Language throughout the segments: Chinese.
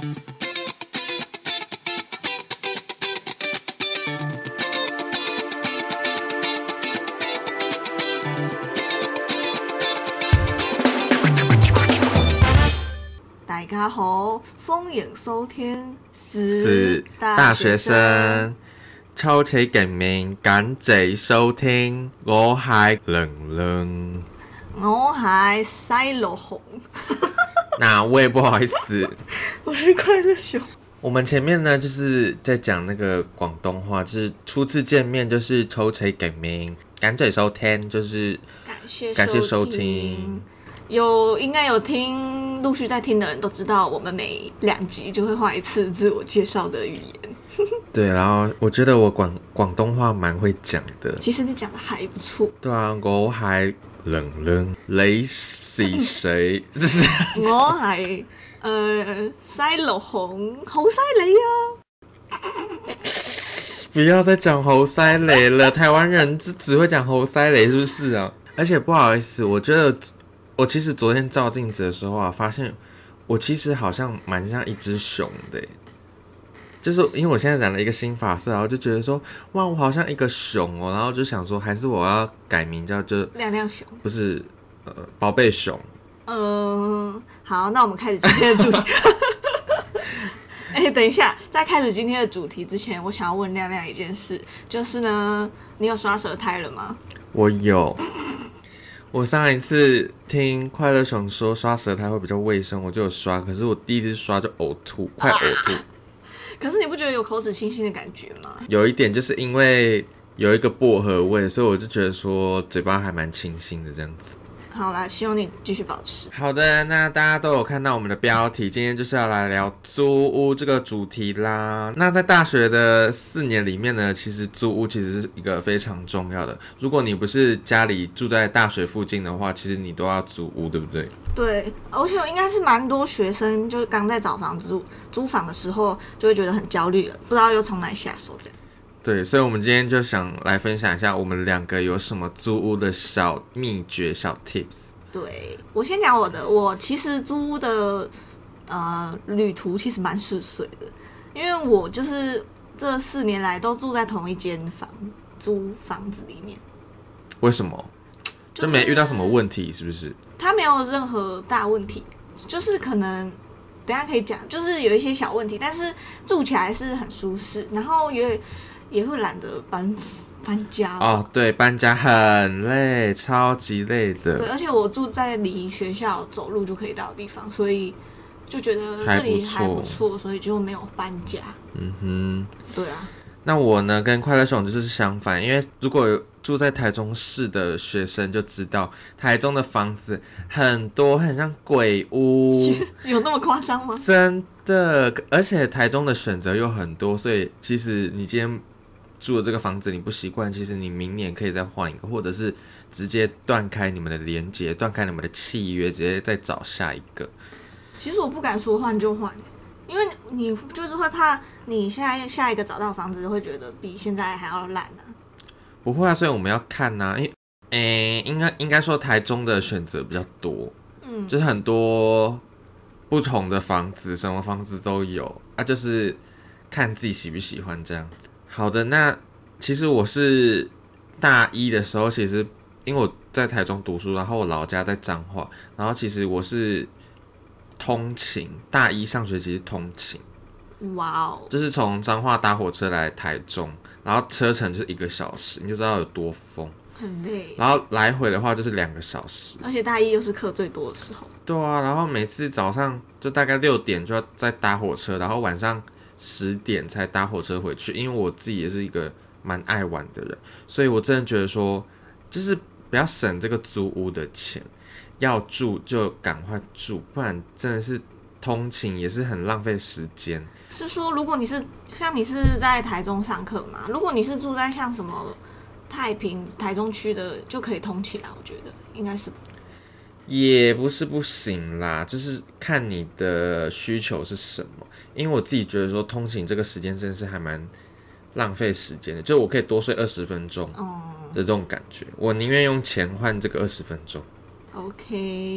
大家好，歡迎收聽是大學生，抽起勁面緊記收聽，我係亮亮， 我係西洛紅。 那我也不好意思， 我是快樂熊。 我們前面呢就是在講那個廣東話，就是初次見面就是抽起勁面緊記收聽，就是感謝收聽。 應該有聽陸續在聽的人都知道，我們每2集就會換一次自我介紹的語言。 對，然後我覺得我廣東話蠻會講的。 其實你講的還不錯。對啊，我係亮亮，你是誰？ 我係西洛紅，好犀利啊！ 不要再講好犀利了，台灣人只會講好犀利，是不是啊？而且不好意思，我覺得我其實昨天照鏡子的時候啊，發現我其實好像蠻像一隻熊的，就是因為我現在染了一個新髮色，然後就覺得說，哇，我好像一個熊哦，然後就想說，還是我要改名叫就亮亮熊， 不是寶貝熊。 好，那我們開始今天的主題。等一下，在開始今天的主題之前，我想要問亮亮一件事，就是呢，你有刷舌苔了嗎？ 我有。我上一次聽快樂熊說刷舌苔會比較衛生，我就有刷，可是我第一次刷就嘔吐，快嘔吐。 可是你不覺得有口齒清新的感覺嗎？ 有一點，就是因為有一個薄荷味，所以我就覺得說嘴巴還蠻清新的這樣子。 好啦，希望你繼續保持。 好的，那大家都有看到我們的標題，今天就是要來聊租屋這個主題啦。那在大學的4年裡面呢，其實租屋其實是一個非常重要的。如果你不是家裡住在大學附近的話，其實你都要租屋，對不對？ 對，而且應該是蠻多學生，就是剛在找房子租房的時候，就會覺得很焦慮了，不知道又從哪裡下手這樣。 對，所以我們今天就想來分享一下我們2個有什麼租屋的小祕訣、小 tips。 對，我先講我的，我其實租屋的旅途其實蠻順遂的，因為我就是這4年來都住在同一間租房子裡面。 為什麼？就沒遇到什麼問題，是不是？ 它沒有任何大問題，就是可能等一下可以講，就是有一些小問題，但是住起來是很舒適，然後也會懶得搬家哦，對，搬家很累，超級累的。 對，而且我住在離學校走路就可以到的地方，所以就覺得這裡還不錯，所以就沒有搬家。嗯哼，對啊。 那我呢，跟快樂熊就是相反，因為如果有住在台中市的學生就知道，台中的房子很多，很像鬼屋。 有那麼誇張嗎？ 真的，而且台中的選擇又很多，所以其實你今天住的這個房子你不習慣，其實你明年可以再換一個，或者是直接斷開你們的連結，斷開你們的契約，直接再找下一個。 其實我不敢說換就換，因為你就是會怕你下一個找到房子會覺得比現在還要爛啊。 不會啊，所以我們要看啊，應該說台中的選擇比較多，就是很多不同的房子，什麼房子都有啊，就是看自己喜不喜歡這樣子。好的，那其實我是大一的時候，其實因為我在台中讀書，然後我老家在彰化，然後其實我是通勤，大一上學期是通勤。 哇哦！ 就是從彰化搭火車來台中，然後車程就是1個小時，你就知道有多瘋， 很累。 然後來回的話就是2個小時， 而且大一又是課最多的時候。 對啊，然後每次早上就大概6點就要再搭火車，然後晚上10點才搭火車回去。因為我自己也是一個蠻愛玩的人，所以我真的覺得說，就是不要省這個租屋的錢，要住就趕快住，不然真的是通勤也是很浪費時間。 是說，如果你是在台中上課嘛，如果你是住在像什麼太平、台中區的，就可以通勤啦。我覺得應該是。 也不是不行啦，就是看你的需求是什麼。因為我自己覺得說，通勤這個時間真的是還蠻浪費時間的，就我可以多睡20分鐘的這種感覺，我寧願用錢換這個20分鐘。 OK，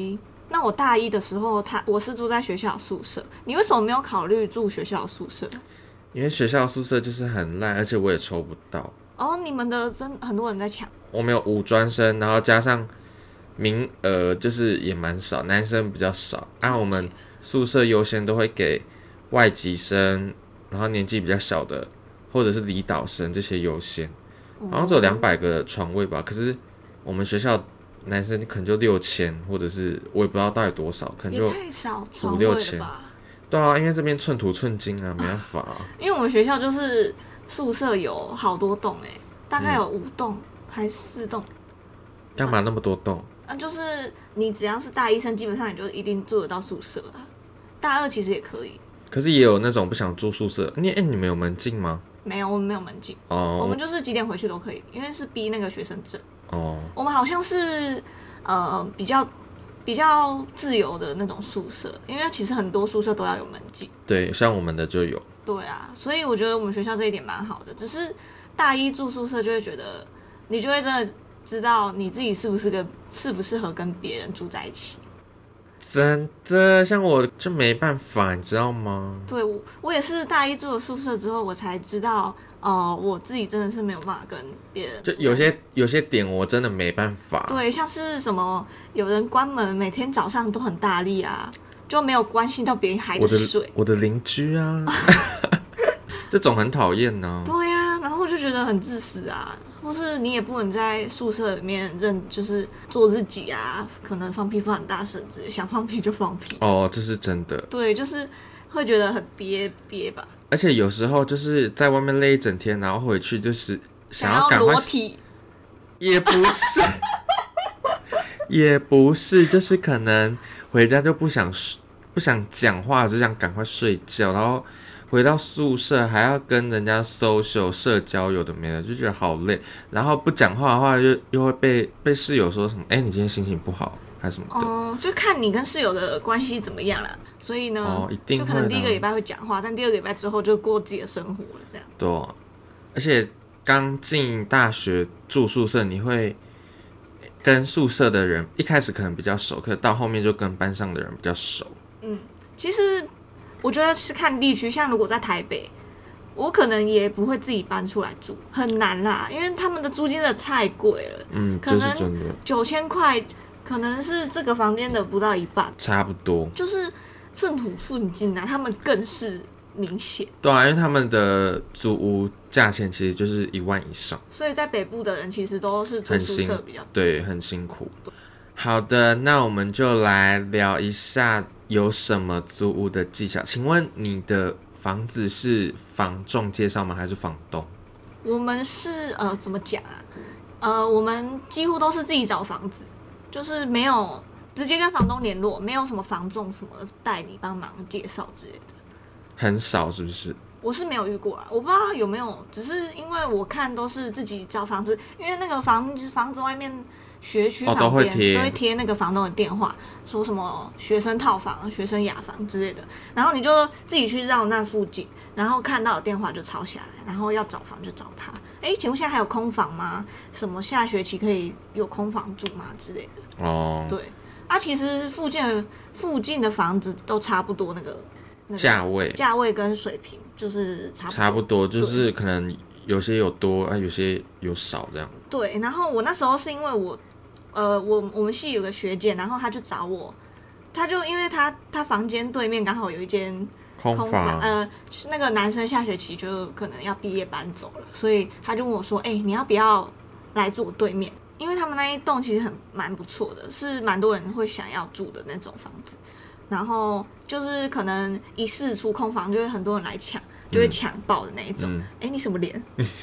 那我大一的时候，我是住在学校宿舍，你为什么没有考虑住学校宿舍？ 因为学校宿舍就是很烂，而且我也抽不到。 哦，你们的很多人在抢。 我们有5专生，然后加上名额就是也蛮少，男生比较少。我们宿舍优先都会给外籍生，然后年纪比较小的，或者是离岛生这些优先。好像只有200个床位吧，可是我们学校男生可能就6000，或者是我也不知道到底多少，可能就也太少床位了吧？ 对啊，因为这边寸土寸金啊，没办法啊。 因为我们学校就是宿舍有好多栋大概有5栋还是4栋。 干嘛那么多栋？ 就是你只要是大一生，基本上你就一定住得到宿舍啊。大二其实也可以。 可是也有那种不想住宿舍。你们有门禁吗？ 没有，我们没有门禁。我们就是几点回去都可以，因为是逼那个学生证。我们好像是比较自由的那种宿舍，因为其实很多宿舍都要有门禁。 对，像我们的就有。 对啊，所以我觉得我们学校这一点蛮好的。只是大一住宿舍就会觉得，你就会真的知道你自己适不适合跟别人住在一起。 真的，像我就没办法，你知道吗？ 对，我也是大一住了宿舍之后，我才知道，我自己真的是没有办法跟别人。 就有些点我真的没办法。 对，像是什么有人关门，每天早上都很大力啊，就没有关心到别人还在睡。 我的邻居啊，这种很讨厌呢。 对啊，然后就觉得很自私啊。或是你也不能在宿舍里面就是做自己啊，可能放屁放很大声之类，想放屁就放屁。 这是真的。 对，就是会觉得很憋吧。 而且有时候就是在外面累一整天，然后回去就是想要赶快裸体， 也不是，也不是，就是可能回家就不想讲话，只想赶快睡觉，然后回到宿舍还要跟人家 social 社交，有的没的，就觉得好累。然后不讲话的话，又会被室友说什么？你今天心情不好还是什么的？ 就看你跟室友的关系怎么样啦。所以呢， 一定会的， 就可能第1个礼拜会讲话，但第2个礼拜之后就过自己的生活了，这样。 对，而且刚进大学住宿舍，你会跟宿舍的人一开始可能比较熟，可是到后面就跟班上的人比较熟。 其实我觉得是看地区，像如果在台北，我可能也不会自己搬出来住，很难啦，因为他们的租金真的太贵了。可能9000块，可能是这个房间的不到一半， 差不多， 就是寸土寸金啊，他们更是明显。 对啊，因为他们的租屋价钱其实就是1万以上， 所以在北部的人其实都是住宿舍比较多， 对，很辛苦。好的，那我们就来聊一下有什么租屋的技巧。请问你的房子是房仲介绍吗？还是房东？ 我们是怎么讲啊？我们几乎都是自己找房子，就是没有直接跟房东联络，没有什么房仲什么代理帮忙介绍之类的。 很少是不是？ 我是没有遇过啦，我不知道有没有，只是因为我看都是自己找房子，因为那个房子外面学区旁边都会贴那个房东的电话，说什么学生套房、学生雅房之类的，然后你就自己去绕那附近，然后看到的电话就抄下来，然后要找房就找他。请问现在还有空房吗？什么下学期可以有空房住吗之类的？对啊，其实附近的房子都差不多那个价位跟水平就是差不多， 就是可能有些有多有些有少这样。 对，然后我那时候是因为我们系有个学姐，然后她就找我，她就因为她房间对面刚好有一间空房，那个男生下学期就可能要毕业搬走了，所以她就问我说：“你要不要来住我对面？”因为他们那一栋其实蛮不错的，是蛮多人会想要住的那种房子。然后就是可能一试出空房，就会很多人来抢，就会抢爆的那一种。你什么脸？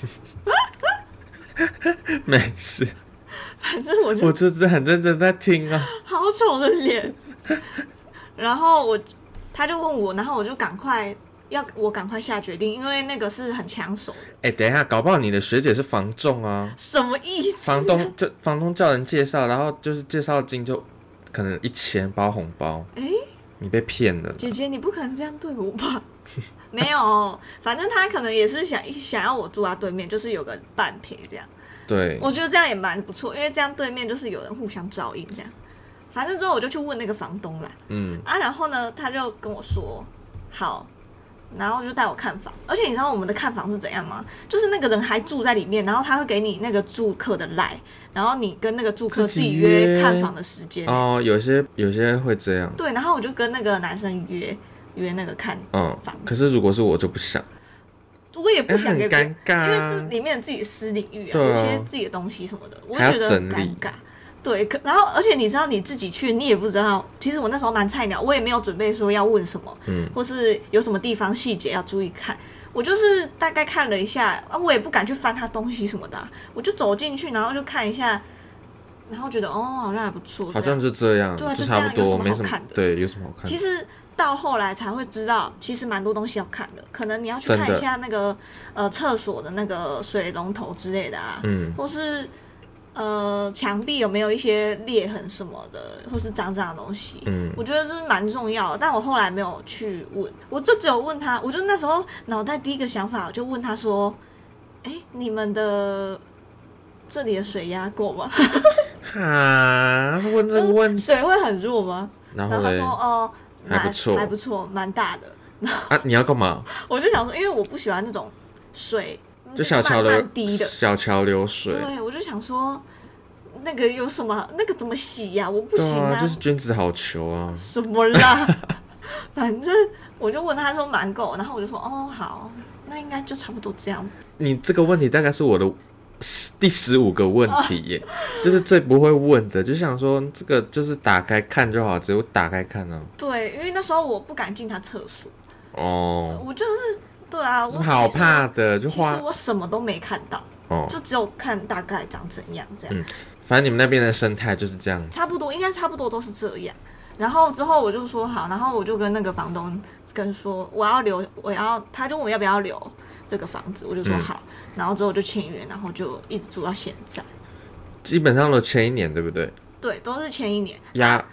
没事， 反正我就是很认真在听啊。 好丑的脸。然后他就问我，然后我就赶快下决定，因为那个是很抢手的。 等一下，搞不好你的学姐是房仲啊？ 什么意思？ 房东叫人介绍，然后就是介绍金就可能1000包红包。你被骗了， 姐姐，你不可能这样对我吧？没有，反正他可能也是想要我住他对面，就是有个伴陪这样。 对， 我觉得这样也蛮不错，因为这样对面就是有人互相照应这样。 反正之后我就去问那个房东啦，然后呢，他就跟我说好，然后就带我看房。而且你知道我们的看房是怎样吗？就是那个人还住在里面，然后他会给你那个住客的赖，然后你跟那个住客自己约看房的时间。 哦，有些会这样。 对，然后我就跟那个男生约那个看房。 可是如果是我就不想。 我也不想给别人， 很尴尬， 因为是里面自己的私领域啊，有些自己的东西什么的，我觉得很尴尬。对，然后而且你知道你自己去，你也不知道。其实我那时候蛮菜鸟，我也没有准备说要问什么，或是有什么地方细节要注意看。我就是大概看了一下，我也不敢去翻他东西什么的，我就走进去，然后就看一下，然后觉得好像还不错， 好像就这样， 对啊， 就差不多， 没什么好看的。 对，有什么好看的？ 其实到后来才会知道，其实蛮多东西要看的。可能你要去看一下那个厕所的那个水龙头之类的啊，或是墙壁有没有一些裂痕什么的，或是脏脏的东西，我觉得这是蛮重要的。但我后来没有去问，我就只有问他，我就那时候脑袋第一个想法，我就问他说：“你们的这里的水压够吗？” 哈，问这个问题， 水会很弱吗？ 然后他说：“还不错，蛮大的。” 你要干嘛？ 我就想说，因为我不喜欢那种水。 就小桥慢低的小桥流水， 对，我就想说，那个有什么？那个怎么洗呀？我不行啊！ 就是君子好逑啊！ 什么啦？反正我就问他说蛮够，然后我就说好，那应该就差不多这样。 你这个问题大概是我的第15个问题耶，就是最不会问的，就想说这个就是打开看就好，只有打开看啊。 对，因为那时候我不敢进他厕所，我就是。对啊，我好怕的，其实我什么都没看到，就只有看大概长怎样这样。 反正你们那边的生态就是这样， 差不多，应该差不多都是这样。然后之后我就说好，然后我就跟那个房东说我要留，他就问我要不要留这个房子，我就说好。然后之后就签约，然后就一直住到现在。 基本上都签1年，对不对？ 对，都是签1年， 押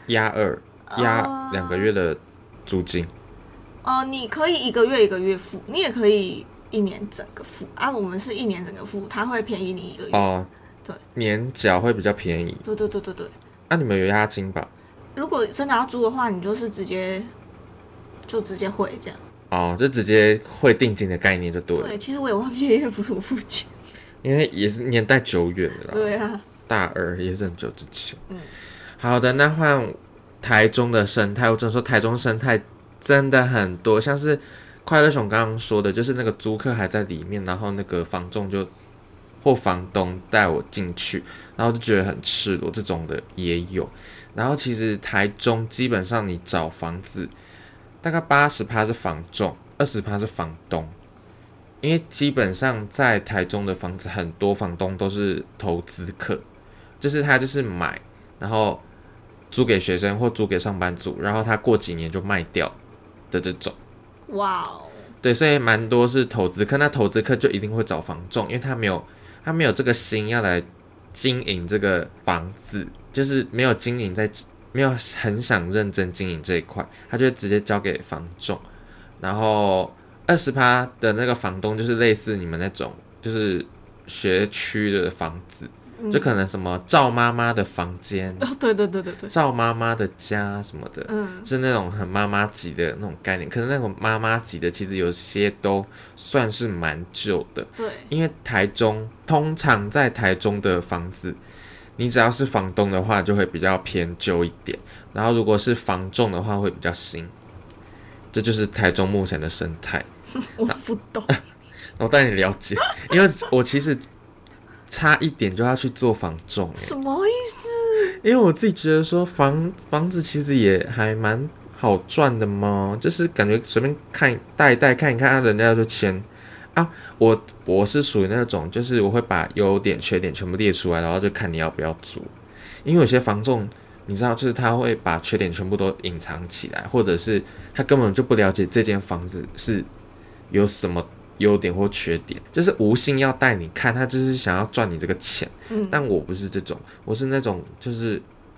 2个月的租金。 你可以1个月1个月付，你也可以1年整个付啊。我们是1年整个付，它会便宜你1个月。对， 年缴会比较便宜。 对。 你们有押金吧？ 如果真的要租的话，你就是直接汇这样。 就直接汇定金的概念就对了。 对，其实我也忘记，因为不是我付钱， 因为也是年代久远的啦。 对啊， 大2也是很久之前。好的，那换台中的生态，我只能说台中生态真的很多，像是快乐熊刚刚说的，就是那个租客还在里面，然后那个房仲或房东带我进去，然后就觉得很赤裸，这种的也有。然后其实台中基本上你找房子，大概80%是房仲，20%是房东，因为基本上在台中的房子，很多房东都是投资客，就是他就是买，然后租给学生或租给上班族，然后他过几年就卖掉的这种。 哇哦！ 对，所以蛮多是投资客，那投资客就一定会找房仲，因为他没有这个心要来经营这个房子，就是没有很想认真经营这一块，他就会直接交给房仲。然后20%的那个房东就是类似你们那种，就是学区的房子。就可能什么赵妈妈的房间， 对， 赵妈妈的家什么的，是那种很妈妈级的那种概念。可是那种妈妈级的，其实有些都算是蛮旧的。 对， 因为通常在台中的房子，你只要是房东的话，就会比较偏旧一点；然后如果是房仲的话，会比较新。这就是台中目前的生态。 我不懂， 我带你了解，因为我其实差一点就要去做房仲。 什么意思？ 因为我自己觉得说房子其实也还蛮好赚的嘛，就是感觉随便带一带看一看，人家就签啊。我是属于那种，就是我会把优点缺点全部列出来，然后就看你要不要租。因为有些房仲你知道，就是他会把缺点全部都隐藏起来，或者是他根本就不了解这间房子是有什么优点或缺点，就是无心要带你看，他就是想要赚你这个钱。但我不是这种，我是那种就是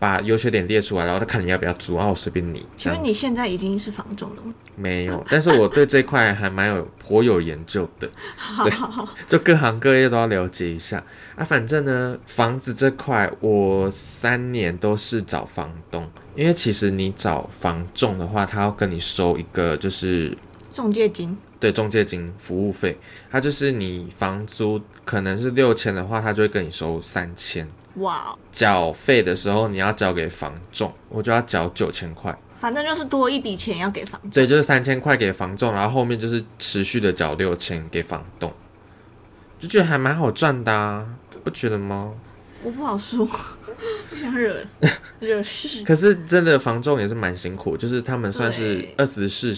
把优缺点列出来，然后他看你要不要租，然后我随便你。 请问你现在已经是房仲了吗？ 没有，但是我对这块还颇有研究的。对，就各行各业都要了解一下啊。反正呢，房子这块我3年都是找房东，因为其实你找房仲的话，他要跟你收一个就是中介金。 对，中介金服务费，他就是你房租可能是6000的话，他就会跟你收3000。 哇！ 缴费的时候你要交给房仲，我就要缴9000块。 反正就是多一笔钱要给房仲。 对，就是3000块给房仲，然后后面就是持续的缴6000给房东，就觉得还蛮好赚的啊，不觉得吗？ 我不好说，不想惹事。 可是真的房仲也是蛮辛苦，就是他们算是24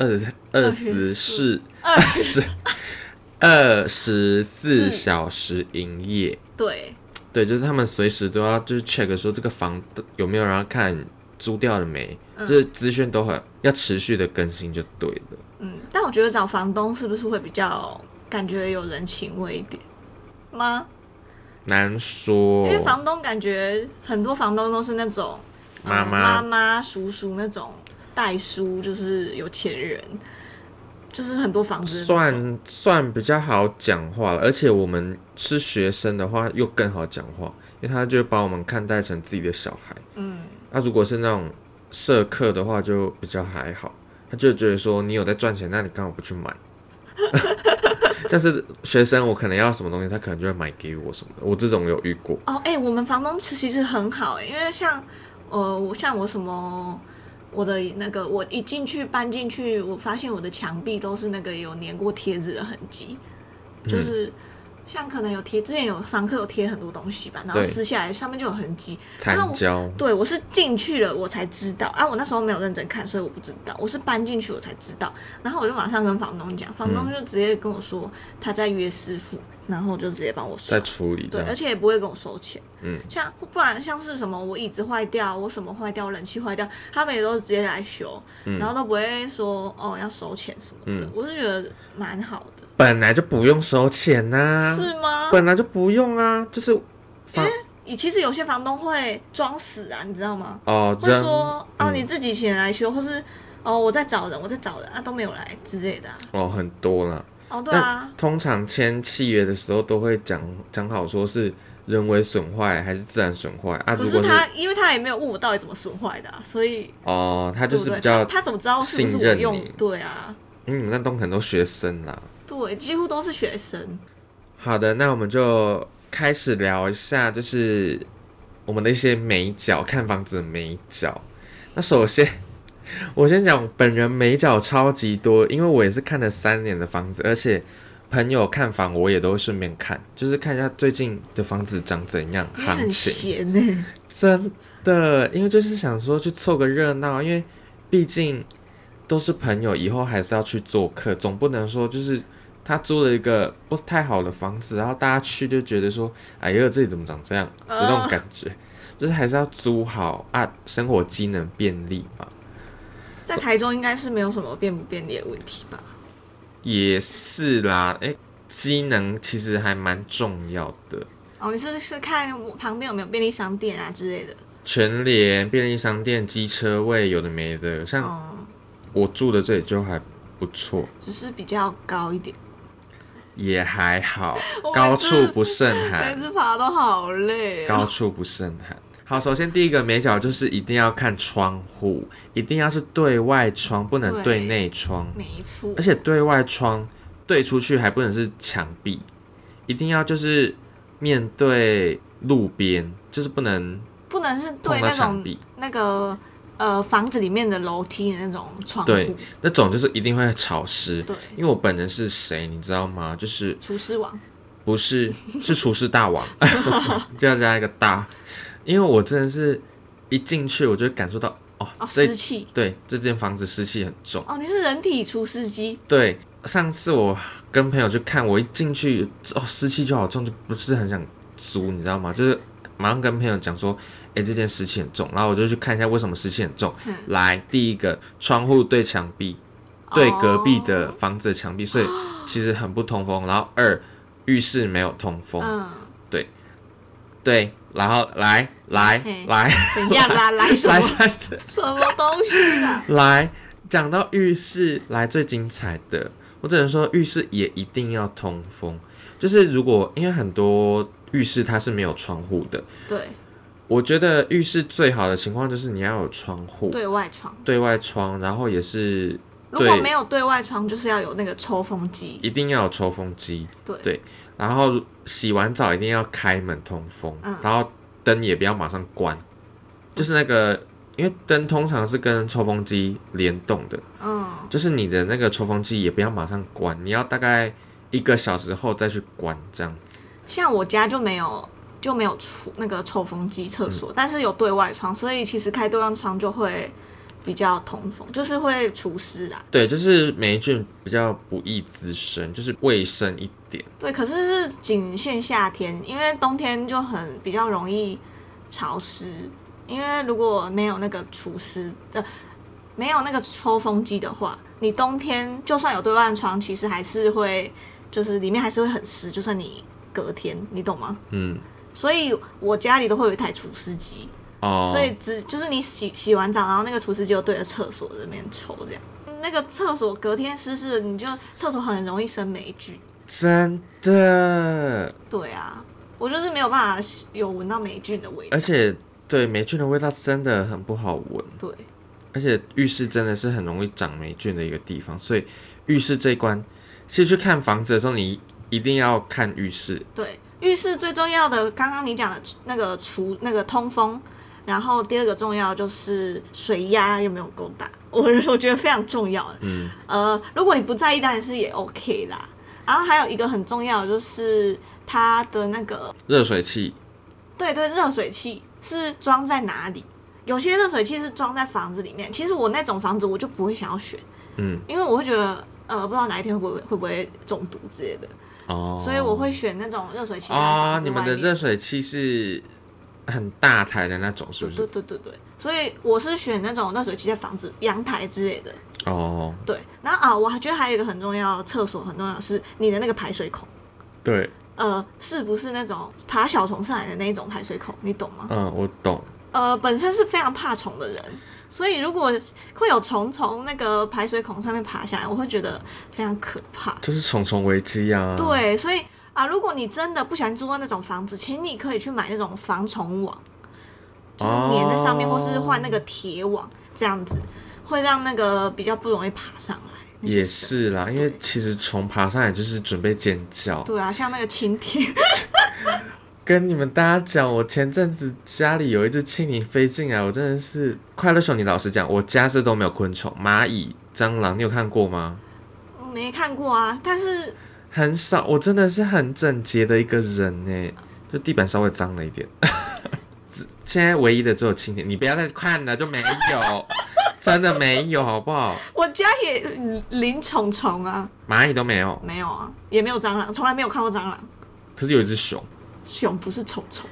小时营业。对，就是他们随时都要就是 check 说这个房有没有人要看，租掉了没，就是资讯都要持续的更新就对了。 但我觉得找房东是不是会比较感觉有人情味一点吗？ 难说， 因为房东感觉很多房东都是那种妈妈、叔叔那种代书，就是有钱人，就是很多房子算比较好讲话了。而且我们是学生的话，又更好讲话，因为他就会把我们看待成自己的小孩。那如果是那种社客的话，就比较还好，他就觉得说你有在赚钱，那你干嘛不去买？但是学生我可能要什么东西，他可能就会买给我什么的，我这种有遇过。 我们房东其实很好因为像我什么我的那个我一进去搬进去，我发现我的墙壁都是那个有粘过贴纸的痕迹，就是像可能之前有房客有贴很多东西吧，然后撕下来上面就有痕迹， 残胶。 对，我是进去了我才知道我那时候没有认真看，所以我不知道，我是搬进去我才知道，然后我就马上跟房东讲，房东就直接跟我说他在约师傅，然后就直接帮我收在处理， 对，而且也不会跟我收钱。不然像是什么我椅子坏掉，我什么坏掉，冷气坏掉，他们也都直接来修，然后都不会说要收钱什么的，我是觉得蛮好的。 本来就不用收钱啊， 是吗？ 本来就不用啊，就是因为其实有些房东会装死你知道吗？ 会说你自己请人来修，或是我在找人都没有来之类的很多啦。 对啊， 通常签契约的时候都会讲好说是人为损坏还是自然损坏可是因为他也没有问我到底怎么损坏的所以他就是比较他怎么知道是不是我用？对啊， 那都很多学生啦。 对，几乎都是学生。 好的，那我们就开始聊一下，就是我们的一些美角，看房子的美角。那首先，我先讲本人美角超级多，因为我也是看了3年的房子，而且朋友看房我也都会顺便看，就是看一下最近的房子长怎样，行情。 很闲真的，因为就是想说去凑个热闹，因为毕竟都是朋友，以后还是要去做客，总不能说就是他租了一个不太好的房子，然后大家去就觉得说，哎呀，这里怎么长这样的那种感觉，就是还是要租好生活机能便利嘛。 在台中应该是没有什么便不便利的问题吧？ 也是啦，机能其实还蛮重要的。 你是看旁边有没有便利商店之类的？ 全联、便利商店、机车位，有的没的，像我住的这里就还不错， 只是比较高一点。 也还好，高处不胜寒。 每次爬都好累高处不胜寒。好，首先第一个美角就是一定要看窗户，一定要是对外窗，不能对内窗。 没错。而且对外窗对出去还不能是墙壁，一定要就是面对路边，就是不能是对那种那个房子里面的楼梯的那种窗户， 对，那种就是一定会潮湿。 对， 因为我本人是谁，你知道吗？就是厨师王， 不是，是厨师大王，就要加一个大。因为我真的是一进去，我就感受到湿气。 对，这间房子湿气很重。 你是人体除湿机。 对，上次我跟朋友去看，我一进去湿气就好重，就不是很想租，你知道吗？就是马上跟朋友讲说，这件湿气很重，然后我就去看一下为什么湿气很重。来，第一个，窗户对墙壁，对隔壁的房子的墙壁，所以其实很不通风。然后2，浴室没有通风。对， 然后来怎样啦？来什么？ 来什么东西啦？ 来，讲到浴室，来最精彩的，我只能说浴室也一定要通风。就是如果因为很多浴室它是没有窗户的， 对， 我觉得浴室最好的情况就是你要有窗户， 对外窗， 然后也是如果没有对外窗，就是要有那个抽风机， 一定要有抽风机， 对， 然后洗完澡一定要开门通风，然后灯也不要马上关，就是那个。因为灯通常是跟抽风机联动的，就是你的那个抽风机也不要马上关，你要大概1个小时后再去关，这样子。 像我家就没有那个抽风机厕所，但是有对外窗，所以其实开对外窗就会比较通风，就是会除湿啦。 对，就是霉菌比较不易滋生，就是卫生一点。 对，可是是仅限夏天，因为冬天就比较容易潮湿。因为如果没有那个除湿的，没有那个抽风机的话，你冬天就算有对外窗，其实还是会，就是里面还是会很湿，就算你隔天，你懂吗？所以我家里都会有一台除湿机，所以就是你洗完澡，然后那个除湿机就对着厕所这边抽，这样那个厕所隔天湿湿的，你就厕所很容易生霉菌。 真的。 对啊，我就是没有办法有闻到霉菌的味道， 而且。对，霉菌的味道真的很不好闻。 对， 而且浴室真的是很容易长霉菌的一个地方，所以浴室这一关，其实去看房子的时候，你一定要看浴室。 对，浴室最重要的，刚刚你讲的那个通风，然后第二个重要就是水压有没有够大，我觉得非常重要的。如果你不在意，当然是也 OK 啦。然后还有一个很重要的就是它的那个热水器。 对，热水器是装在哪里？有些热水器是装在房子里面，其实我那种房子我就不会想要选，因为我会觉得不知道哪一天会不会中毒之类的，所以我会选那种热水器在房子外面。 你们的热水器是很大台的那种，是不是？ 对，所以我是选那种热水器在房子阳台之类的。对，然后我还觉得还有一个很重要，厕所很重要的是你的那个排水孔。 对。 是不是那种爬小虫上来的那种排水孔？你懂吗？ 我懂。 本身是非常怕虫的人，所以如果会有虫从那个排水孔上面爬下来，我会觉得非常可怕。 就是虫虫危机啊。 对，所以如果你真的不喜欢住在那种房子，请你可以去买那种防虫网，就是粘在上面，或是换那个铁网，这样子会让那个比较不容易爬上来。 也是啦，因为其实虫爬上来就是准备尖叫。 对啊，像那个蜻蜓。 跟你们大家讲，我前阵子家里有一只蜻蜓飞进来，我真的是快乐熊。你老实讲，我家是都没有昆虫，蚂蚁、蟑螂，你有看过吗？ 没看过啊，但是很少。我真的是很整洁的一个人呢，就地板稍微脏了一点。现在唯一的只有蜻蜓，你不要再看了，就没有。真的没有，好不好？我家也零虫虫啊， 蚂蚁都没有， 没有啊，也没有蟑螂，从来没有看过蟑螂。 可是有一只熊， 熊不是虫虫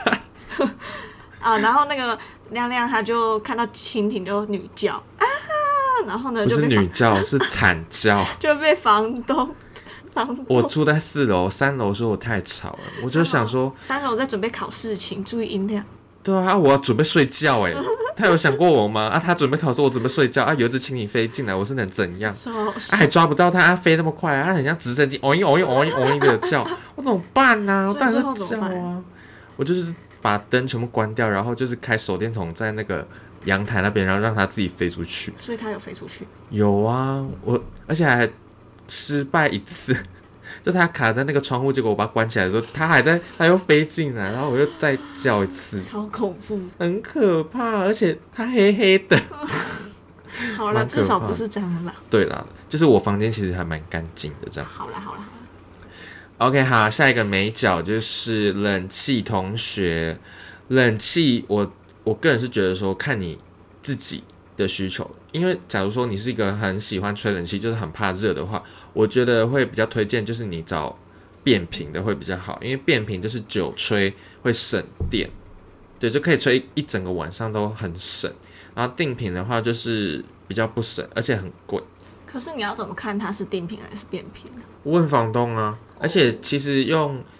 然后那个亮亮他就看到蜻蜓就女叫然后呢不是女叫是惨叫， 就被房东。 我住在4楼，3楼说我太吵了，我就想说 3楼在准备考试，请注意音量。 对啊，我要准备睡觉哎，他有想过我吗？他准备考试，我准备睡觉有一只蜻蜓飞进来，我是能怎样？还抓不到它，飞那么快它很像直升机，哦一的叫，我怎么办呢？我当然是叫啊，我就是把灯全部关掉，然后就是开手电筒在那个阳台那边，然后让它自己飞出去。 所以它有飞出去？ 有啊，而且还失败一次。就它卡在那个窗户，结果我把它关起来的时候，它又飞进来，然后我又再叫一次， 超恐怖， 很可怕，而且它黑黑的。 好了，至少不是蟑螂。 对啦，就是我房间其实还蛮干净的，这样。 好了。 OK， 好，下一个美角就是冷气同学。冷气，我个人是觉得说看你自己的需求，因为假如说你是一个很喜欢吹冷气，就是很怕热的话，我觉得会比较推荐就是你找变频的会比较好，因为变频就是久吹会省电，对，就可以吹一整个晚上都很省。然后定频的话就是比较不省，而且很贵。 可是你要怎么看它是定频还是变频呢？ 问房东啊，而且其实用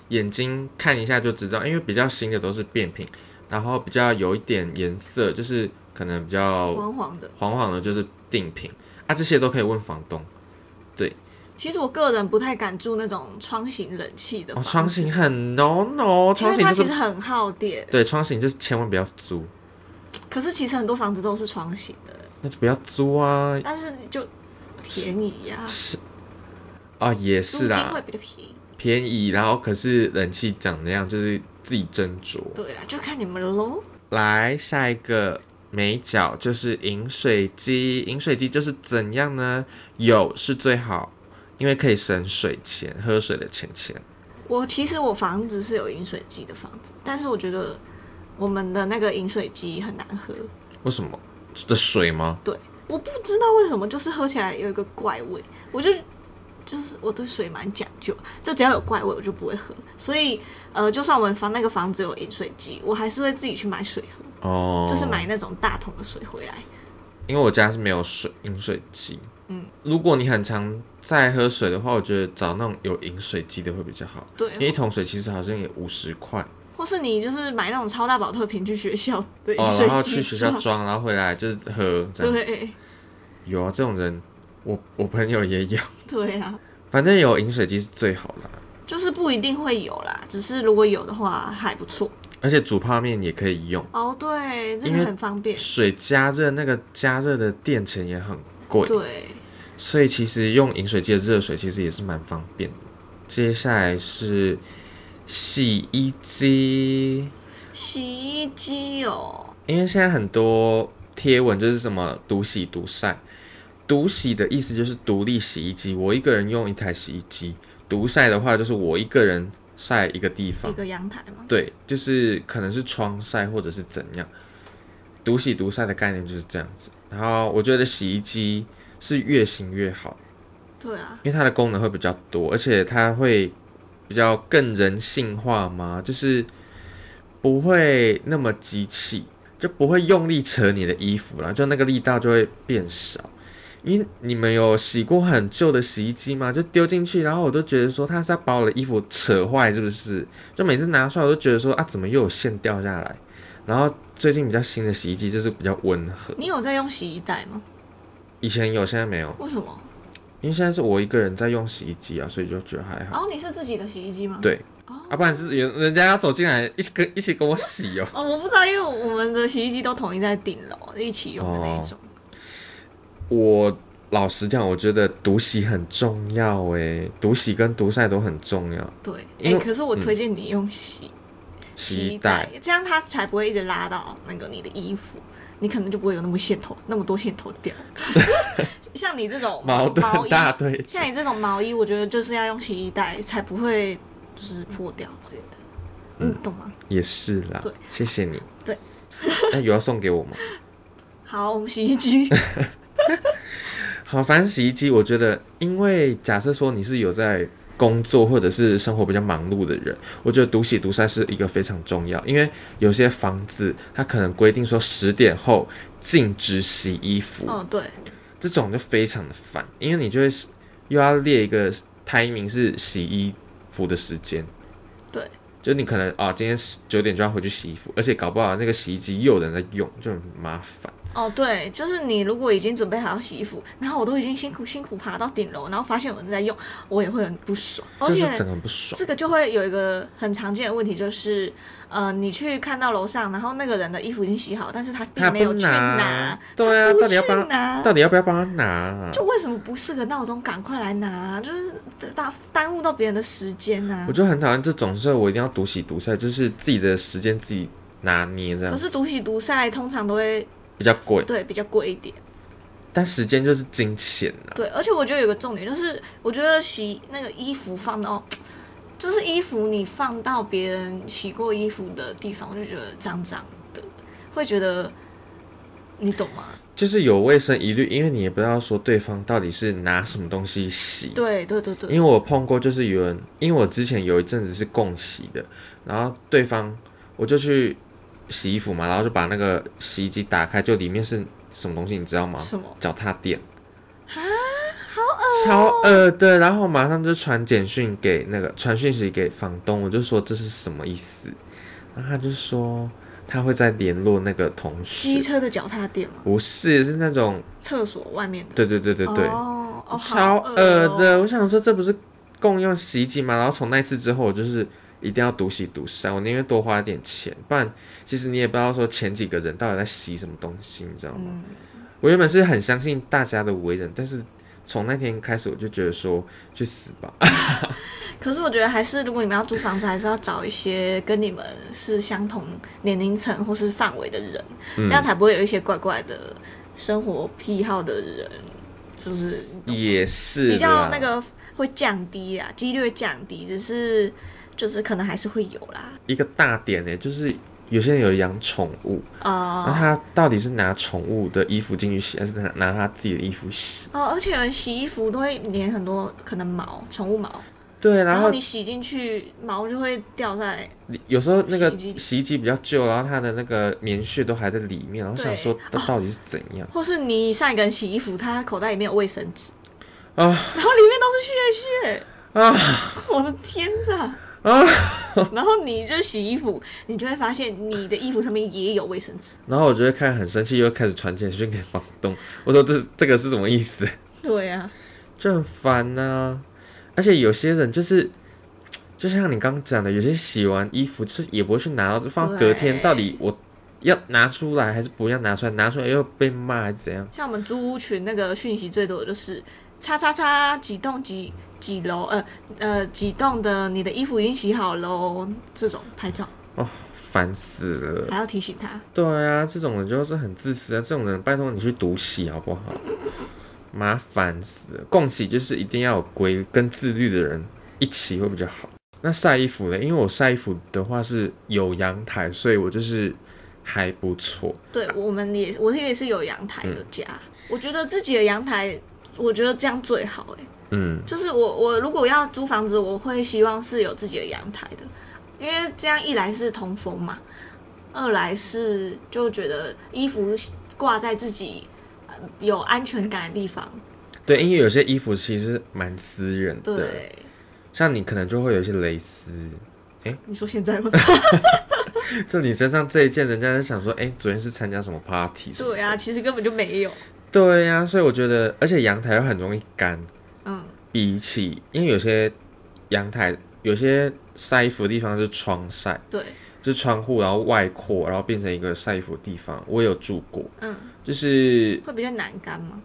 眼睛看一下就知道，因为比较新的都是变频，然后比较有一点颜色，就是可能比较黄黄的，就是定频啊，这些都可以问房东。对， 其实我个人不太敢住那种窗型冷气的房子， 窗型很 no， 因为它其实很耗电。 对，窗型就千万不要租。 可是其实很多房子都是窗型的， 那就不要租啊。 但是就便宜呀。 是啊，也是啦， 租金会比较便宜，然后可是冷气长那样，就是自己斟酌。 对啦，就看你们喽。 来，下一个美角就是饮水机。饮水机就是怎样呢？有是最好，因为可以省水钱，喝水的钱。 其实我房子是有饮水机的房子，但是我觉得我们的那个饮水机很难喝。 为什么？的水吗？ 对，我不知道为什么，就是喝起来有一个怪味。就是我对水蛮讲究，就只要有怪味我就不会喝。所以就算我们那个房子有饮水机，我还是会自己去买水喝。哦，就是买那种大桶的水回来。 因为我家是没有饮水机。如果你很常在喝水的话，我觉得找那种有饮水机的会比较好。 对， 因为一桶水其实好像也50块。 或是你就是买那种超大保特瓶去学校的饮水机， 然后去学校装，然后回来就是喝这样子。 对， 有啊，这种人我朋友也有。 对啊， 反正有饮水机是最好啦。 就是不一定会有啦，只是如果有的话还不错。 而且煮泡面也可以用。 哦，对，这个很方便。 水加热，那个加热的电钱也很贵。 对， 所以其实用饮水机的热水其实也是蛮方便的。接下来是洗衣机。 洗衣机哦， 因为现在很多贴文就是什么独洗独晒。独洗的意思就是独立洗衣机，我一个人用一台洗衣机。独晒的话就是我一个人晒一个地方， 一个阳台吗？ 对，就是可能是窗晒或者是怎样。独洗独晒的概念就是这样子。然后我觉得洗衣机是越新越好。 对啊， 因为它的功能会比较多，而且它会比较更人性化嘛，就是不会那么机器，就不会用力扯你的衣服啦，就那个力道就会变少。因为你们有洗过很旧的洗衣机吗？就丢进去，然后我都觉得说它是要把我的衣服扯坏，是不是？就每次拿出来我都觉得说啊，怎么又有线掉下来？然后最近比较新的洗衣机就是比较温和。你有在用洗衣袋吗？ 以前有，现在没有。 为什么？ 因为现在是我一个人在用洗衣机啊，所以就觉得还好。 你是自己的洗衣机吗？ 对。不然是人家要走进来一起跟我洗哦。 我不知道，因为我们的洗衣机都统一在顶楼一起用的那种。 我老实讲，我觉得独洗很重要诶，独洗跟独晒都很重要。 对，可是我推荐你用洗衣袋，这样它才不会一直拉到那个你的衣服，你可能就不会有那么多线头掉。像你这种矛盾大队， 像你这种毛衣，我觉得就是要用洗衣袋，才不会就是破掉之类的。懂吗？ 也是啦。对，谢谢你。 对， 那有要送给我吗？ 好，我们洗衣机。 好，反正洗衣机，我觉得，因为假设说你是有在工作或者是生活比较忙碌的人，我觉得独洗独晒是一个非常重要，因为有些房子它可能规定说10点后禁止洗衣服。 对， 这种就非常的烦，因为你就会又要列一个timing是洗衣服的时间。 对， 就你可能今天9点就要回去洗衣服，而且搞不好那个洗衣机又有人在用，就很麻烦。 对，就是你如果已经准备好要洗衣服，然后我都已经辛苦爬到顶楼，然后发现有人在用，我也会很不爽，而且整个很不爽。 这个就会有一个很常见的问题，就是你去看到楼上，然后那个人的衣服已经洗好，但是他并没有去拿。 对啊，到底要不要帮他拿？ 就为什么不设个闹钟赶快来拿？就是耽误到别人的时间啊。 我就很讨厌这种，所以我一定要独洗独晒，就是自己的时间自己拿捏这样。 可是独洗独晒通常都会比较贵。 对，比较贵一点。 但时间就是金钱啊。 对，而且我觉得有个重点就是，我觉得洗那个衣服放到，就是衣服你放到别人洗过衣服的地方，我就觉得脏脏的，会觉得，你懂吗？ 就是有卫生疑虑，因为你也不知道说对方到底是拿什么东西洗。 对。 因为我碰过，就是有人，因为我之前有一阵子是共洗的，然后对方我就去洗衣服嘛，然后就把那个洗衣机打开，就里面是什么东西，你知道吗？ 什么？ 脚踏垫。 啊，好恶超恶的。然后马上就传简讯给传讯息给房东，我就说这是什么意思？然后他就说他会再联络那个同学。 机车的脚踏垫吗？ 不是，是那种厕所外面的。 对，超恶的。 哦， 我想说这不是共用洗衣机吗？然后从那次之后，我就是一定要独洗独晒，我宁愿多花一点钱，不然其实你也不知道说前几个人到底在洗什么东西，你知道吗？我原本是很相信大家的为人，但是从那天开始我就觉得说去死吧。 可是我觉得还是，如果你们要租房子，还是要找一些跟你们是相同年龄层或是范围的人，这样才不会有一些怪怪的生活癖好的人，就是也是比较那个会降低啊，几率会降低，只是就是可能还是会有啦。 一个大点呢，就是有些人有养宠物那他到底是拿宠物的衣服进去洗，还是拿他自己的衣服洗？ 而且有人洗衣服都会粘很多可能毛，宠物毛。 对， 然后你洗进去，毛就会掉在。 有时候那个洗衣机比较旧，然后它的那个棉絮都还在里面，然后想说到底是怎样？ 或是你上一个人洗衣服，他口袋里面有卫生纸然后里面都是血我的天哪！然后你就洗衣服，你就会发现你的衣服上面也有卫生纸， 然后我就会开始很生气，又开始传简讯给房东，我说这个是什么意思？ 对啊， 就很烦啊。而且有些人就像你刚刚讲的，有些洗完衣服就是也不会去拿，就放隔天，到底我要拿出来还是不要拿出来？拿出来又被骂还是怎样？ 像我们租屋群那个讯息最多的就是叉叉叉几栋几楼几栋的，你的衣服已经洗好喽，这种拍照烦死了， 还要提醒他。 对啊，这种人就是很自私啊，这种人拜托你去独洗好不好？麻烦死了，共洗就是一定要有规跟自律的人一起会比较好。那晒衣服呢？因为我晒衣服的话是有阳台，所以我就是还不错。 对，我也是有阳台的家，我觉得自己的阳台，我觉得这样最好就是我如果要租房子，我会希望是有自己的阳台的，因为这样一来是通风嘛，二来是就觉得衣服挂在自己有安全感的地方。 对，因为有些衣服其实蛮私人的， 对， 像你可能就会有一些蕾丝。 你说现在吗？ 就你身上这一件，人家就想说，昨天是参加什么 party？ 对啊，其实根本就没有。 对啊，所以我觉得，而且阳台又很容易干。比起，因为有些阳台有些晒衣服的地方是窗晒， 对， 就是窗户，然后外扩，然后变成一个晒衣服的地方。我有住过，就是会比较难干吗？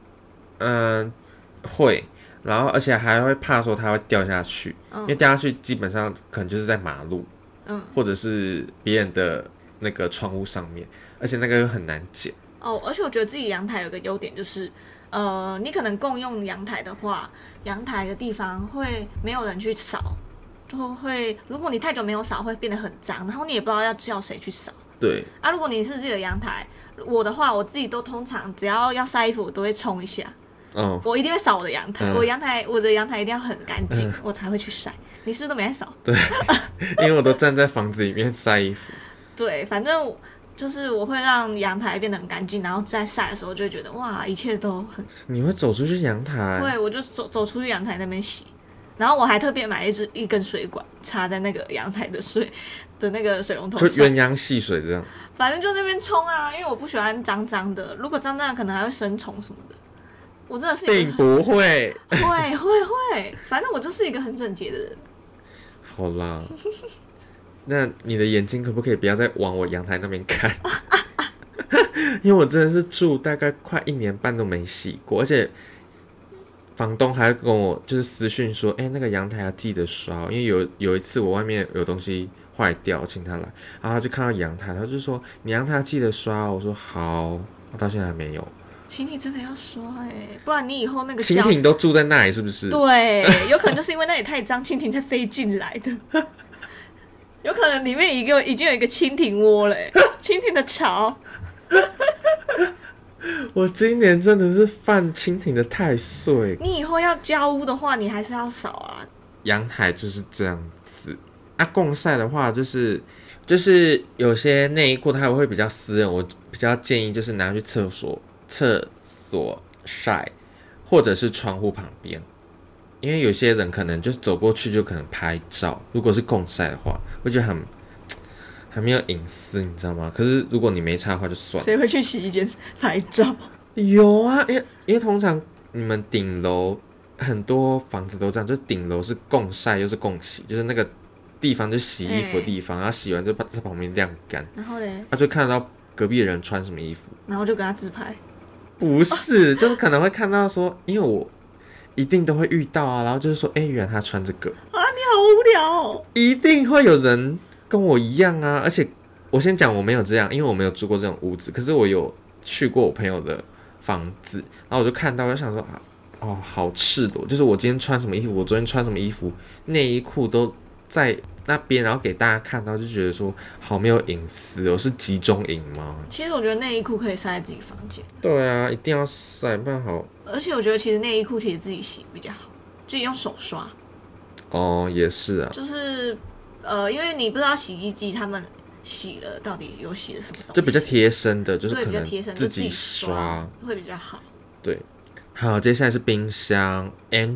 会，然后而且还会怕说它会掉下去，因为掉下去基本上可能就是在马路，或者是别人的那个窗户上面，而且那个又很难捡。 而且我觉得自己阳台有个优点就是，你可能共用阳台的话，阳台的地方会没有人去扫，就会如果你太久没有扫，会变得很脏，然后你也不知道要叫谁去扫。 对啊，如果你是自己的阳台，我的话，我自己都通常只要晒衣服，我都会冲一下。我一定会扫我的阳台，我的阳台一定要很干净，我才会去晒。你是不是都没在扫？ 对，因为我都站在房子里面晒衣服。 对，反正就是我会让阳台变得很干净，然后在晒的时候就会觉得哇，一切都很。 你会走出去阳台？ 对，我就走出去阳台那边洗，然后我还特别买一根水管插在那个阳台的那个水龙头上， 就鸳鸯戏水这样。 反正就那边冲啊，因为我不喜欢脏脏的，如果脏脏的可能还会生虫什么的。我真的是并不会， 会，反正我就是一个很整洁的人。 好啦，那你的眼睛可不可以不要再往我阳台那边看？因为我真的是住大概快1年半都没洗过，而且房东还会跟我就是私讯说，那个阳台要记得刷，因为有一次我外面有东西坏掉，我请他来，然后他就看到阳台，他就说你阳台要记得刷，我说好，我到现在还没有。 蜻蜓真的要刷不然你以后那个蜻蜓都住在那里是不是？ 对，有可能就是因为那里太脏，蜻蜓才飞进来的。有可能里面已经有一个蜻蜓窝了蜻蜓的巢。 我今年真的是犯蜻蜓的太岁。 你以后要交屋的话，你还是要扫啊。 阳台就是这样子啊，共晒的话就是有些内衣裤它会比较私人，我比较建议就是拿去厕所晒，或者是窗户旁边。 因为有些人可能就走过去就可能拍照，如果是共晒的话，会觉得很没有隐私，你知道吗？可是如果你没擦的话就算了。 谁会去洗衣间拍照？ 有啊，因为通常你们顶楼很多房子都这样，就是顶楼是共晒又是共洗，就是那个地方就是洗衣服的地方，然后洗完就在旁边晾干。 然后嘞， 他就看得到隔壁的人穿什么衣服， 然后就跟他自拍。 不是，就是可能会看到说，因为我一定都会遇到啊，然后就是说，原来他穿这个啊，你好无聊哦。 一定会有人跟我一样啊，而且我先讲我没有这样，因为我没有住过这种屋子，可是我有去过我朋友的房子，然后我就看到，我就想说啊，哦，好赤裸，就是我今天穿什么衣服，我昨天穿什么衣服，内衣裤都在那边，然后给大家看到，就觉得说好没有隐私哦，是集中营吗？ 其实我觉得内衣裤可以晒在自己房间。 对啊，一定要晒，不然好。 而且我觉得其实内衣裤其实自己洗比较好，自己用手刷。 哦，也是啊， 就是因为你不知道洗衣机他们洗了到底有洗了什么东西， 就比较贴身的，就是可能自己刷会比较好。 对，好，接下来是冰箱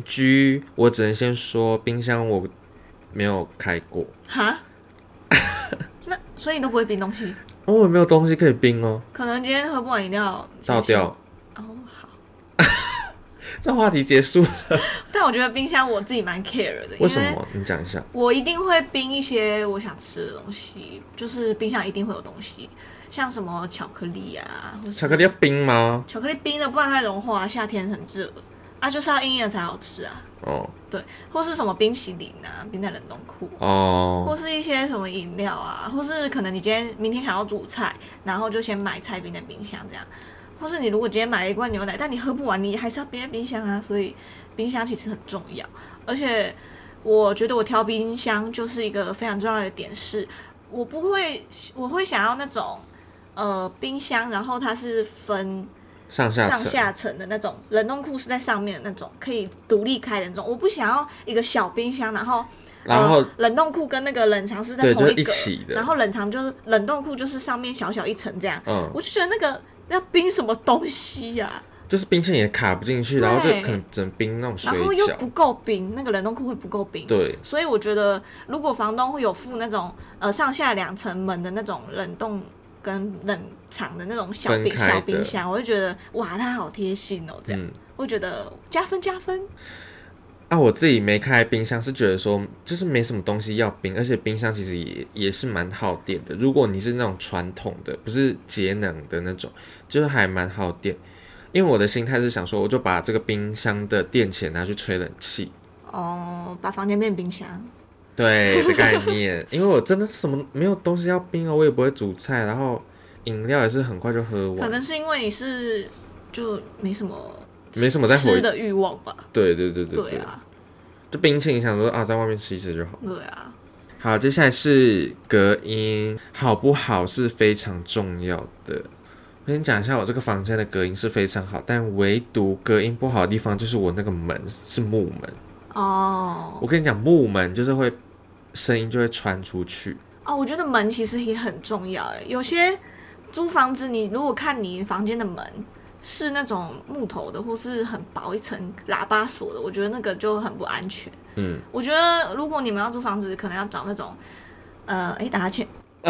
NG， 我只能先说冰箱我没有开过。 哈？那所以你都不会冰东西？ 哦，我没有东西可以冰哦。 可能今天喝不完饮料倒掉。 哦，好。 这话题结束了。 但我觉得冰箱我自己蛮 care 的。 为什么？你讲一下。 我一定会冰一些我想吃的东西，就是冰箱一定会有东西，像什么巧克力啊，或是巧克力要冰吗？ 巧克力冰的，不然它融化，夏天很热啊，就是要硬硬的才好吃啊。 哦， 对，或是什么冰淇淋啊，冰在冷冻库哦， 或是一些什么饮料啊，或是可能你明天想要煮菜，然后就先买菜冰在冰箱这样，或是你如果今天买了一罐牛奶，但你喝不完，你还是要冰在冰箱啊，所以冰箱其实很重要。而且我觉得我挑冰箱就是一个非常重要的点是，我会想要那种冰箱，然后它是分上下层的那种，冷冻库是在上面的那种，可以独立开的那种。我不想要一个小冰箱，然后冷冻库跟那个冷藏是在同一个，然后冷冻库就是上面小小一层这样。我就觉得那个要冰什么东西呀？ 就是冰淇淋也卡不进去，然后就可能只能冰那种水饺， 然后又不够冰，那个冷冻库会不够冰。 对， 所以我觉得如果房东会有附那种上下2层门的那种冷冻跟冷藏的那种小冰箱，我就觉得哇，它好贴心哦，这样，我觉得加分。 啊，我自己没开冰箱是觉得说，就是没什么东西要冰，而且冰箱其实也是蛮耗电的。如果你是那种传统的，不是节能的那种，就是还蛮耗电。因为我的心态是想说，我就把这个冰箱的电钱拿去吹冷气。 哦，把房间变冰箱。 对的概念，因为我真的什么没有东西要冰哦，我也不会煮菜，然后饮料也是很快就喝完。 可能是因为你是就没什么在吃的欲望吧。 对啊，就冰淇淋想说啊，在外面吃一吃就好。 对啊。 好，接下来是隔音好不好是非常重要的。我跟你讲一下，我这个房间的隔音是非常好，但唯独隔音不好的地方就是我那个门是木门。 哦。 我跟你讲，木门就是会声音就会传出去。 哦，我觉得门其实也很重要诶。有些租房子，你如果看你房间的门是那种木头的，或是很薄一层喇叭锁的，我觉得那个就很不安全。我觉得如果你们要租房子，可能要找那种打哈欠。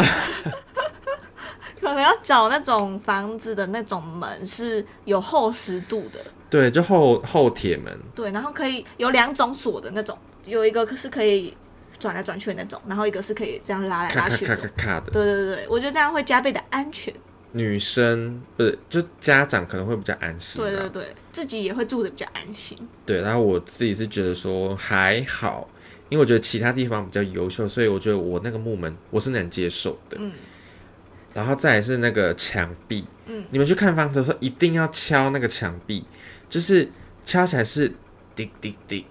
可能要找那种房子的那种门是有厚实度的， 对，就厚铁门， 对，然后可以有2种锁的那种，有一个是可以转来转去的那种，然后一个是可以这样拉来拉去的， 咔的， 对，我觉得这样会加倍的安全。 女生不是，就家长可能会比较安心， 对，自己也会住的比较安心。 对，然后我自己是觉得说还好，因为我觉得其他地方比较优秀，所以我觉得我那个木门我是能接受的。然后再来是那个墙壁，你们去看房子的时候一定要敲那个墙壁，就是敲起来是滴滴滴，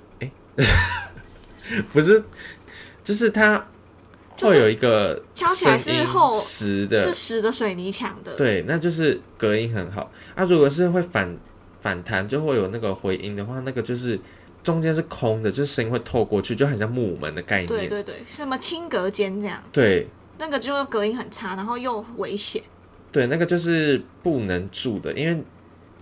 不是，就是它会有一个敲起来是厚实的， 是实的水泥墙的， 对，那就是隔音很好。如果是会反弹，就会有那个回音的话，那个就是中间是空的，就是声音会透过去，就很像木门的概念。 对，什么轻隔间这样。 对。 那个就隔音很差，然后又危险。 对，那个就是不能住的，因为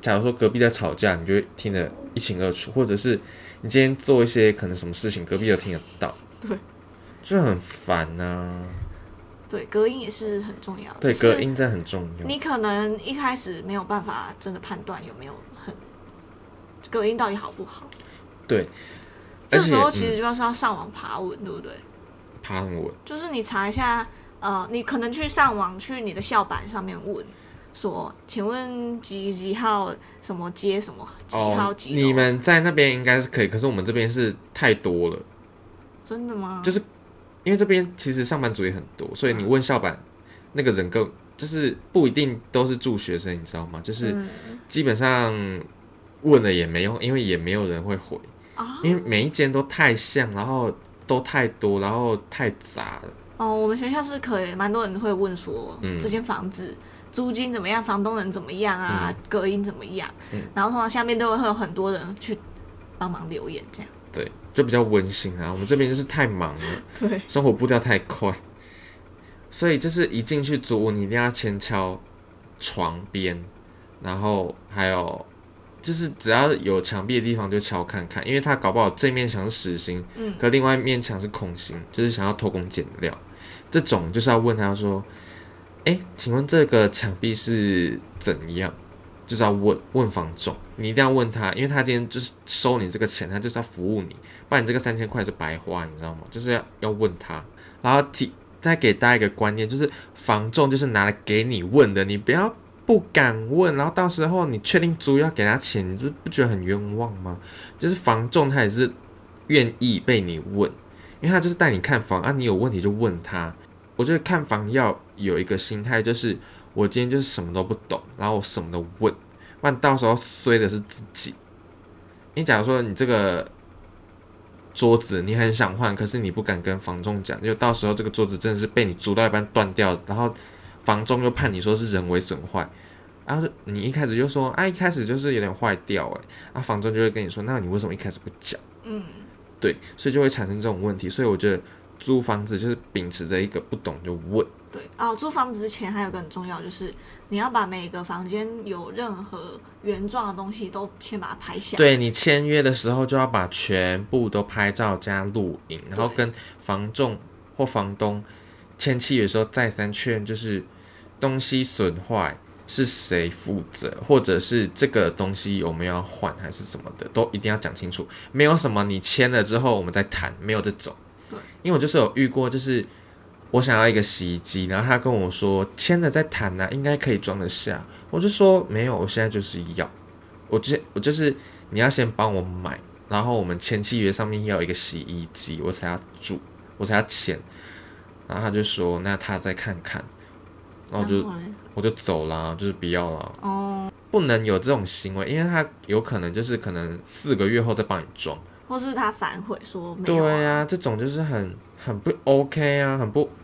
假如说隔壁在吵架，你就会听得一清二楚，或者是你今天做一些可能什么事情，隔壁都听得到， 对， 就很烦啊。 对，隔音也是很重要。 对，隔音真的很重要。 你可能一开始没有办法真的判断有没有隔音到底好不好。 对， 这时候其实就是要上网爬文，对不对？ 爬文就是你查一下，你可能去上网去你的校板上面问说，请问几号什么街什么几号几楼？ 你们在那边应该是可以，可是我们这边是太多了。 真的吗？ 就是因为这边其实上班族也很多，所以你问校板那个人更就是不一定都是住学生，你知道吗？就是基本上问了也没用，因为也没有人会回，因为每一间都太像，然后都太多，然后太杂了。 我们学校是可以，蛮多人会问说，这间房子租金怎么样，房东人怎么样啊，隔音怎么样，然后通常下面都会有很多人去帮忙留言，这样。 对，就比较温馨啊。我们这边就是太忙了， 对， 生活步调太快，所以就是一进去租屋，你一定要先敲床边，然后还有就是只要有墙壁的地方就敲看看，因为他搞不好这面墙是实心，可另外一面墙是空心，就是想要偷工减料。这种就是要问他说，请问这个墙壁是怎样？就是要问房仲，你一定要问他，因为他今天就是收你这个钱，他就是要服务你，不然你这个3000块是白花，你知道吗？就是要问他，然后再给大家一个观念，就是房仲就是拿来给你问的，你不敢问，然后到时候你确定租要给他钱，你不觉得很冤枉吗？就是房仲他也是愿意被你问，因为他就是带你看房啊，你有问题就问他。我觉得看房要有一个心态，就是我今天就是什么都不懂，然后我什么都问，不然到时候衰的是自己。因为假如说你这个桌子你很想换，可是你不敢跟房仲讲，就到时候这个桌子真的是被你租到一半断掉，然后房仲又判你说是人为损坏，然后你一开始就说一开始就是有点坏掉房仲就会跟你说，那你为什么一开始不讲？对，所以就会产生这种问题。所以我觉得租房子就是秉持着一个不懂就问。 对租房子之前还有一个很重要，就是你要把每个房间有任何原状的东西都先把它拍下来。 对，你签约的时候就要把全部都拍照加录影，然后跟房仲或房东签契约的时候再三确认，就是东西损坏是谁负责，或者是这个东西有没有要换还是什么的，都一定要讲清楚。没有什么你签了之后我们再谈，没有这种。 对，因为我就是有遇过，就是我想要一个洗衣机，然后他跟我说签了再谈应该可以装得下。我就说没有，我现在就是要，我就是你要先帮我买，然后我们签契约上面要有一个洗衣机，我才要住，我才要签。然后他就说那他再看看，然后我就走啦，就是不要啦。不能有这种行为，因为他有可能就是可能4个月后再帮你装， 或是他反悔说没有。 对啊，这种就是很不 OK 啊，很不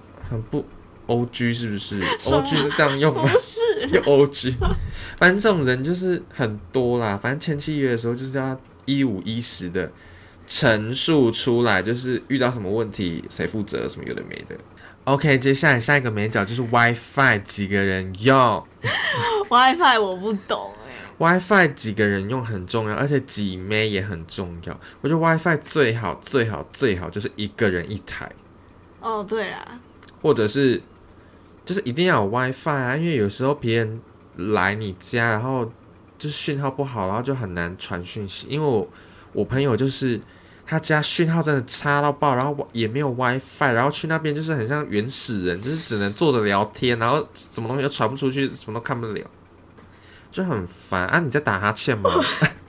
OG 是不是？OG 是这样用吗？ 不是， 用 OG。反正这种人就是很多啦，反正签契约的时候就是要一五一十的陈述出来，就是遇到什么问题谁负责，什么有的没的。OK， 接下来下一个美角就是 WiFi 几个人用。 WiFi 我不懂 WiFi 几个人用很重要，而且几妹也很重要。我觉得 WiFi 最好就是一个人一台。 对啦，或者是就是一定要有 WiFi 啊，因为有时候别人来你家，然后就是讯号不好，然后就很难传讯息。因为我朋友就是他家讯号真的差到爆，然后也没有 WiFi， 然后去那边就是很像原始人，就是只能坐着聊天，然后什么东西都传不出去，什么都看不了，就很烦啊！你在打哈欠吗？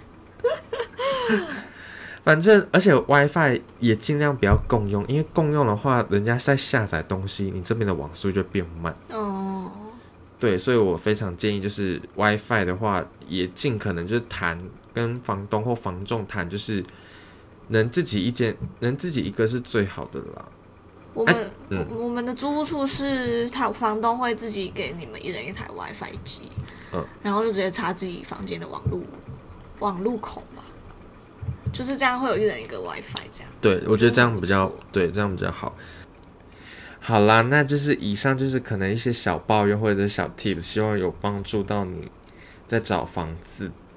反正而且 WiFi 也尽量不要共用，因为共用的话，人家在下载东西，你这边的网速就变慢。对，所以我非常建议，就是 WiFi 的话，也尽可能就是谈跟房东或房仲谈，就是能自己一个是最好的啦。 我们的租屋处是房东会自己给你们一人一台 WiFi 机，然后就直接插自己房间的网路孔吧，就是这样会有一人一个 WiFi 这样。 对，我觉得这样比较对，这样比较好。好啦，那就是以上就是可能一些小抱怨或者小 tips， 希望有帮助到你在找房子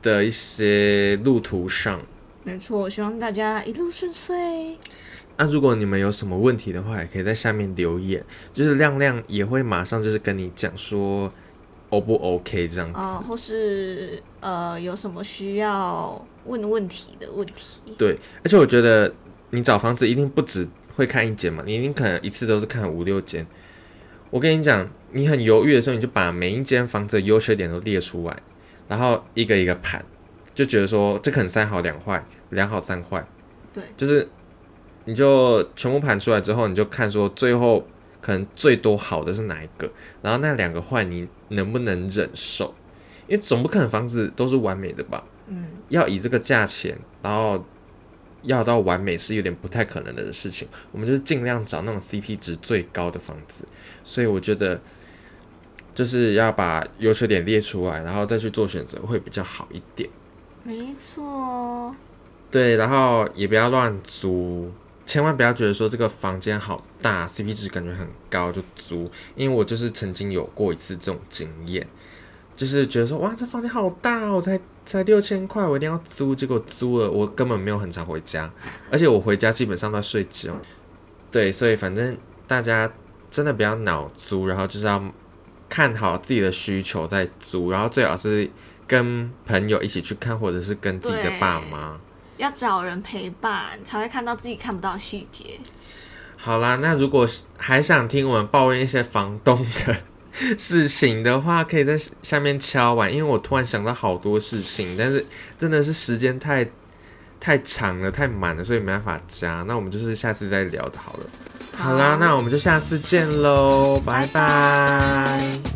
的一些路途上。 没错，希望大家一路顺遂。 那如果你们有什么问题的话，也可以在下面留言，就是亮亮也会马上就是跟你讲说 O 不 OK 这样子， 或是有什么需要问问题的问题。 对，而且我觉得你找房子一定不只会看一间嘛，你一定可能一次都是看5、6间。我跟你讲，你很犹豫的时候，你就把每一间房子的优缺点都列出来，然后一个一个盘，就觉得说这可能3好2坏，2好3坏， 对， 就是你就全部盘出来之后，你就看说最后可能最多好的是哪一个，然后那2个坏你能不能忍受？因为总不可能房子都是完美的吧？要以这个价钱，然后要到完美是有点不太可能的事情。我们就是尽量找那种 CP 值最高的房子，所以我觉得就是要把优缺点列出来，然后再去做选择会比较好一点。 没错。 对，然后也不要乱租。千万不要觉得说这个房间好大 ，CP 值感觉很高就租，因为我就是曾经有过一次这种经验，就是觉得说哇这房间好大哦，才6000块，我一定要租，结果租了，我根本没有很常回家，而且我回家基本上都在睡觉。对，所以反正大家真的不要脑租，然后就是要看好自己的需求再租，然后最好是跟朋友一起去看，或者是跟自己的爸妈。 要找人陪伴，才会看到自己看不到的细节。 好啦，那如果还想听我们抱怨一些房东的事情的话，可以在下面敲完，因为我突然想到好多事情，但是真的是时间太长了，太满了，所以没办法加。那我们就是下次再聊的好了。好啦，那我们就下次见喽，拜拜。